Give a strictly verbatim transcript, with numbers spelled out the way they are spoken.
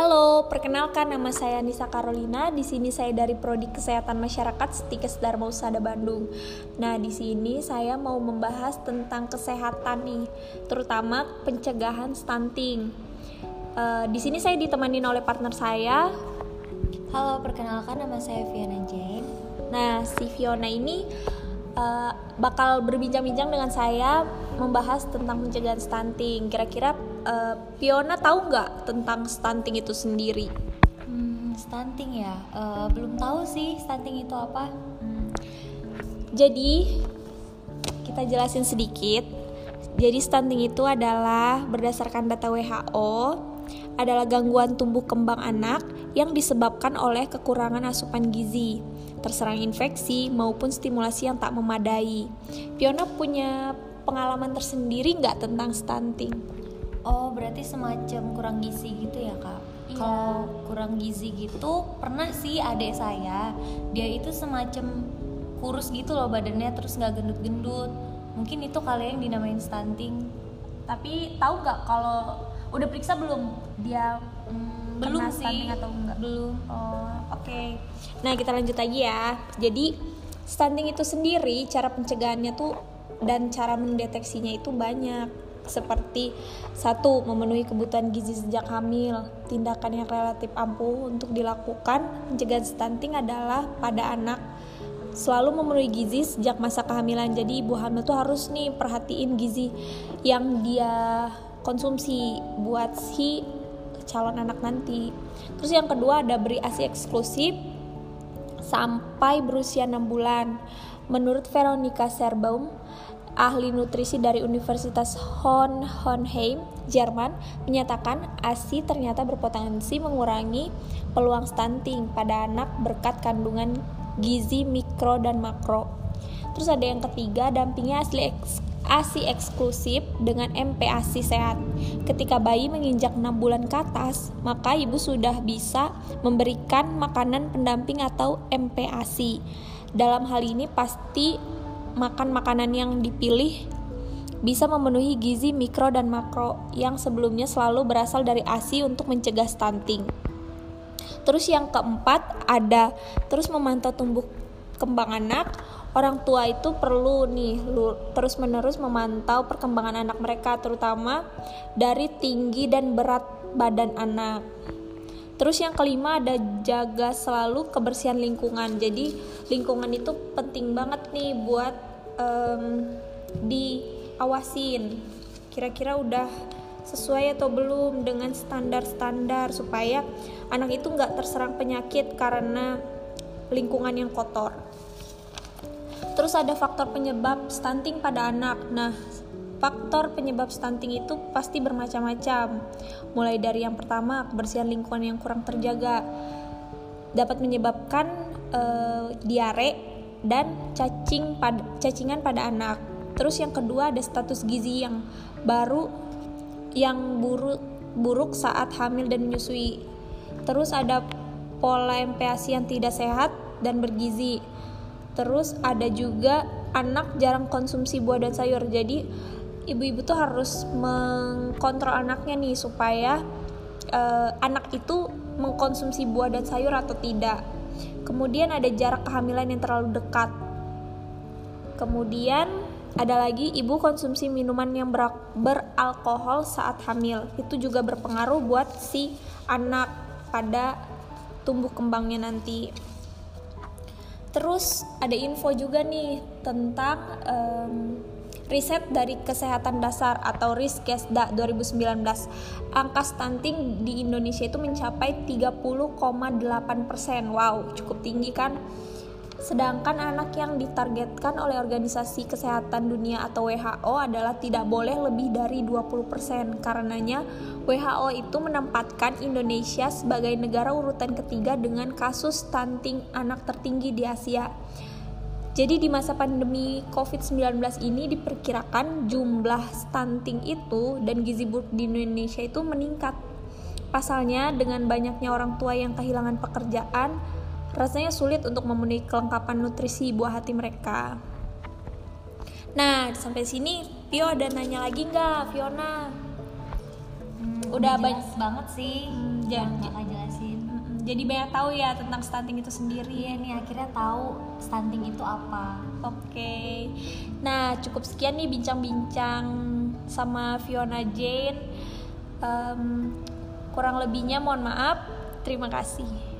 Halo, perkenalkan nama saya Nisa Carolina. Di sini saya dari Prodi Kesehatan Masyarakat Stikes Dharma Husada Bandung. Nah, di sini saya mau membahas tentang kesehatan nih, terutama pencegahan stunting. Uh, di sini saya ditemani oleh partner saya. Halo, perkenalkan nama saya Fiona Jane. Nah, si Fiona ini uh, bakal berbincang-bincang dengan saya membahas tentang pencegahan stunting. Kira-kira uh, Fiona tahu nggak tentang stunting itu sendiri? Hmm, stunting ya? Uh, belum tahu sih stunting itu apa. Hmm. Jadi kita jelasin sedikit. Jadi stunting itu adalah berdasarkan data W H O adalah gangguan tumbuh kembang anak yang disebabkan oleh kekurangan asupan gizi, terserang infeksi maupun stimulasi yang tak memadai. Fiona punya pengalaman tersendiri nggak tentang stunting? Oh, berarti semacam kurang gizi gitu ya, Kak? Iya. Kalau kurang gizi gitu, pernah sih adik saya, dia itu semacam kurus gitu loh badannya, terus nggak gendut-gendut. Mungkin itu kali yang dinamain stunting. Tapi tahu nggak kalau udah periksa belum dia hmm, belum kena sih stunting atau enggak? Belum. Oh, oke. Okay. Nah, kita lanjut lagi ya. Jadi stunting itu sendiri cara pencegahannya tuh dan cara mendeteksinya itu banyak. Seperti satu, memenuhi kebutuhan gizi sejak hamil. Tindakan yang relatif ampuh untuk dilakukan pencegahan stunting adalah pada anak selalu memenuhi gizi sejak masa kehamilan. Jadi ibu hamil tuh harus nih perhatiin gizi yang dia konsumsi buat si calon anak nanti. Terus yang kedua ada beri ASI eksklusif sampai berusia enam bulan. Menurut Veronika Serbaum, ahli nutrisi dari Universitas Hohenheim, Jerman, menyatakan ASI ternyata berpotensi mengurangi peluang stunting pada anak berkat kandungan gizi mikro dan makro. Terus ada yang ketiga, dampingi asli eks, ASI eksklusif dengan M P ASI sehat. Ketika bayi menginjak enam bulan ke atas, maka ibu sudah bisa memberikan makanan pendamping atau M P ASI. Dalam hal ini pasti makan makanan yang dipilih bisa memenuhi gizi mikro dan makro yang sebelumnya selalu berasal dari ASI untuk mencegah stunting. Terus yang keempat ada terus memantau tumbuh kembang anak. Orang tua itu perlu nih terus menerus memantau perkembangan anak mereka, terutama dari tinggi dan berat badan anak. Terus yang kelima ada jaga selalu kebersihan lingkungan. Jadi lingkungan itu penting banget nih buat um, diawasin. Kira-kira udah sesuai atau belum dengan standar-standar supaya anak itu nggak terserang penyakit karena lingkungan yang kotor. Terus ada faktor penyebab stunting pada anak. Nah, faktor penyebab stunting itu pasti bermacam-macam. Mulai dari yang pertama, kebersihan lingkungan yang kurang terjaga dapat menyebabkan uh, diare dan cacing pada, cacingan pada anak. Terus yang kedua ada status gizi yang baru yang buruk buruk saat hamil dan menyusui. Terus ada pola M P ASI yang tidak sehat dan bergizi. Terus ada juga anak jarang konsumsi buah dan sayur. Jadi ibu-ibu tuh harus mengkontrol anaknya nih supaya uh, anak itu mengkonsumsi buah dan sayur atau tidak. Kemudian ada jarak kehamilan yang terlalu dekat. Kemudian ada lagi ibu konsumsi minuman yang ber- beralkohol saat hamil. Itu juga berpengaruh buat si anak pada tumbuh kembangnya nanti. Terus ada info juga nih tentang um, riset dari Kesehatan Dasar atau Riskesda dua ribu sembilan belas. Angka stunting di Indonesia itu mencapai tiga puluh koma delapan persen. Wow, cukup tinggi kan? Sedangkan anak yang ditargetkan oleh Organisasi Kesehatan Dunia atau W H O adalah tidak boleh lebih dari dua puluh persen. Karenanya W H O itu menempatkan Indonesia sebagai negara urutan ketiga dengan kasus stunting anak tertinggi di Asia. Jadi di masa pandemi covid sembilan belas ini diperkirakan jumlah stunting itu dan gizi buruk di Indonesia itu meningkat. Pasalnya dengan banyaknya orang tua yang kehilangan pekerjaan, rasanya sulit untuk memenuhi kelengkapan nutrisi buah hati mereka. Nah, sampai sini Pio ada nanya lagi nggak, Fiona? Hmm, udah jelas banyak banget sih Hmm, yang jan- kakak jelasin. Mm-mm, jadi banyak tahu ya tentang stunting itu sendiri. Iya nih akhirnya tahu stunting itu apa. Oke, nah cukup sekian nih bincang-bincang sama Fiona Jane. Em, kurang lebihnya mohon maaf. Terima kasih.